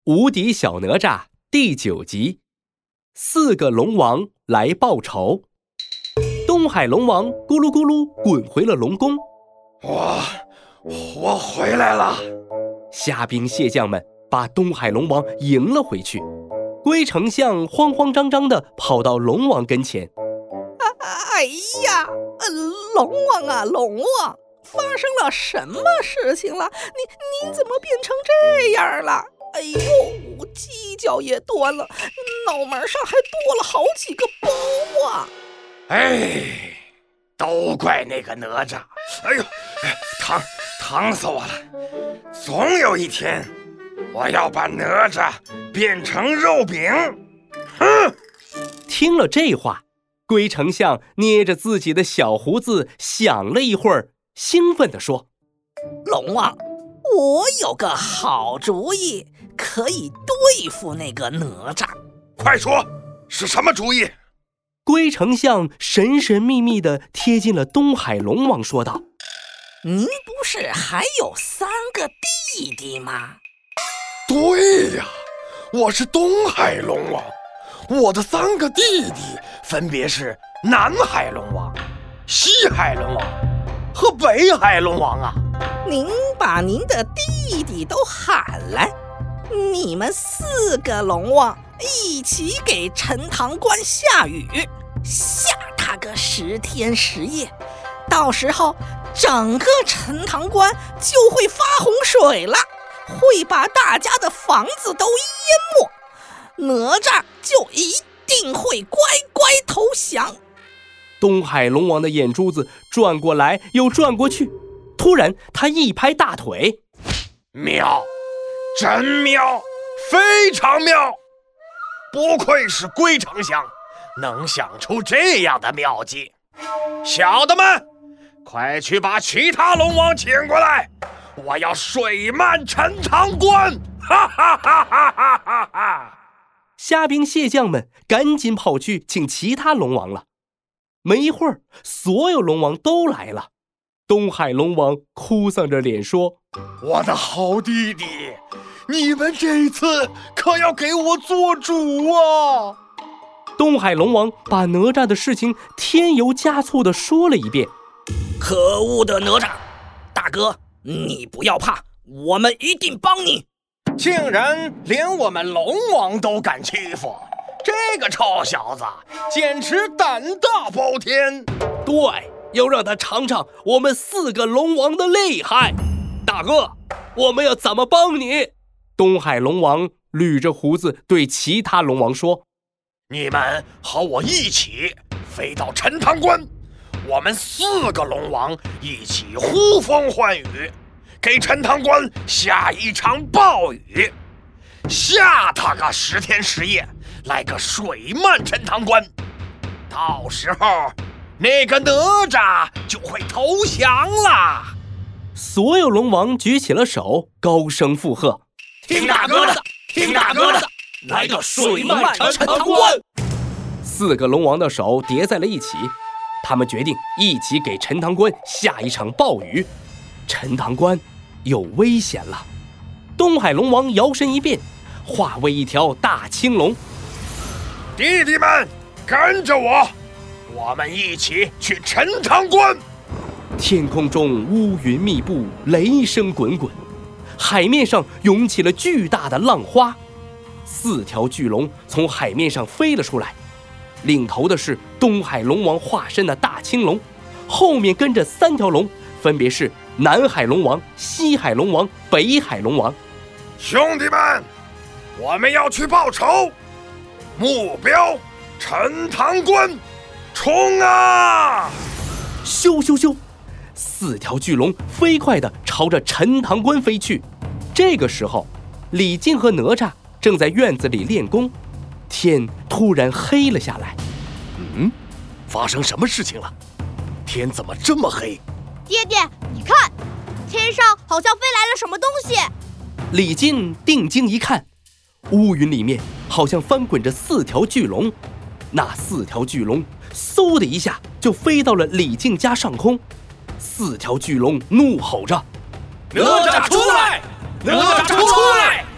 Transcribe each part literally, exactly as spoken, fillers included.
无敌小哪吒第九集，四个龙王来报仇。东海龙王咕噜咕噜滚回了龙宫。 我我回来了。 虾兵蟹将们把东海龙王迎了回去。龟丞相慌慌张张地跑到龙王跟前。 哎呀，呃，龙王啊，龙王，发生了什么事情了？您您怎么变成这样了？哎呦，犄角也断了，脑门上还多了好几个包啊！ 哎，都怪那个哪吒！哎呦，疼疼死我了！总有一天，我要把哪吒变成肉饼！哼！ 听了这话，龟丞相捏着自己的小胡子想了一会儿，兴奋地说： 龙王，我有个好主意，可以对付那个哪吒。 快说，是什么主意？ 龟丞相神神秘秘地贴近了东海龙王，说道： 您不是还有三个弟弟吗？ 对呀，我是东海龙王，我的三个弟弟分别是南海龙王、西海龙王和北海龙王啊。 您把您的弟弟都喊来，你们四个龙王一起给陈塘关下雨，吓他个十天十夜，到时候整个陈塘关就会发洪水了，会把大家的房子都淹没，哪吒就一定会乖乖投降。 东海龙王的眼珠子转过来又转过去，突然他一拍大腿： 妙，真妙，非常妙！不愧是龟丞相，能想出这样的妙计。小的们，快去把其他龙王请过来，我要水漫陈塘关！哈哈哈哈哈哈哈！ 虾兵蟹将们赶紧跑去请其他龙王了。没一会儿，所有龙王都来了。东海龙王哭丧着脸说： 我的好弟弟，你们这次可要给我做主啊！ 东海龙王把哪吒的事情添油加醋地说了一遍。 可恶的哪吒，大哥，你不要怕，我们一定帮你。 竟然连我们龙王都敢欺负，这个臭小子简直胆大包天！ 对，要让他尝尝我们四个龙王的厉害。大哥，我们要怎么帮你？东海龙王捋着胡子对其他龙王说： 你们和我一起飞到陈塘关，我们四个龙王一起呼风唤雨，给陈塘关下一场暴雨，吓他个十天十夜，来个水漫陈塘关。到时候那个哪吒就会投降啦！ 所有龙王举起了手，高声附和： 听大哥的，听大哥的，来个水漫陈塘关！ 四个龙王的手叠在了一起，他们决定一起给陈塘关下一场暴雨。陈塘关有危险了。东海龙王摇身一变，化为一条大青龙。 弟弟们，跟着我，我们一起去陈塘关。 天空中乌云密布，雷声滚滚，海面上涌起了巨大的浪花。四条巨龙从海面上飞了出来，领头的是东海龙王化身的大青龙，后面跟着三条龙，分别是南海龙王、西海龙王、北海龙王。 兄弟们，我们要去报仇，目标陈塘关，冲啊！ 咻咻咻，四条巨龙飞快地朝着陈塘关飞去。这个时候，李靖和哪吒正在院子里练功，天突然黑了下来。 嗯，发生什么事情了？天怎么这么黑？ 爹爹，你看，天上好像飞来了什么东西。 李靖定睛一看，乌云里面好像翻滚着四条巨龙。那四条巨龙嗖的一下就飞到了李靖家上空。四条巨龙怒吼着： 哪吒出来！哪吒出来！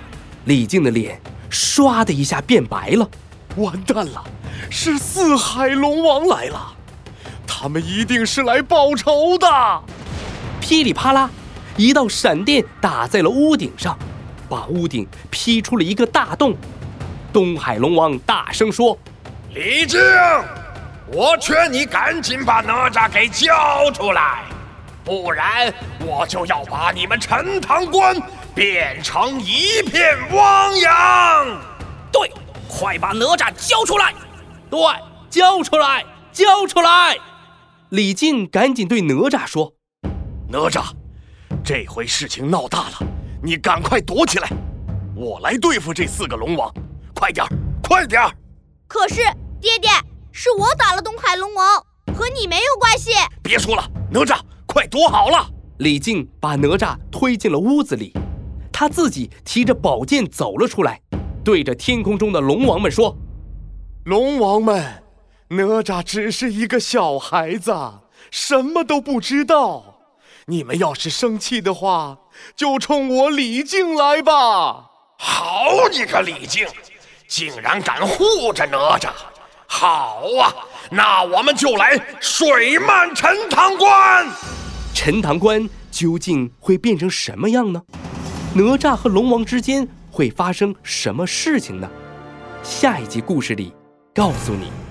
李靖的脸唰的一下变白了。 完蛋了，是四海龙王来了，他们一定是来报仇的。 噼里啪啦，一道闪电打在了屋顶上，把屋顶劈出了一个大洞。东海龙王大声说： 李靖，我劝你赶紧把哪吒给交出来，不然我就要把你们陈塘关变成一片汪洋。 对，快把哪吒交出来！ 对，交出来，交出来！李靖赶紧对哪吒说： 哪吒，这回事情闹大了，你赶快躲起来，我来对付这四个龙王，快点儿，快点儿！ 可是爹爹，是我打了东海龙王，和你没有关系。 别说了，哪吒，快躲好了！ 李靖把哪吒推进了屋子里，他自己提着宝剑走了出来，对着天空中的龙王们说： 龙王们，哪吒只是一个小孩子，什么都不知道。你们要是生气的话，就冲我李靖来吧！ 好你个李靖，竟然敢护着哪吒！好啊，那我们就来水漫陈塘关。 陈塘关究竟会变成什么样呢？哪吒和龙王之间会发生什么事情呢？下一集故事里告诉你。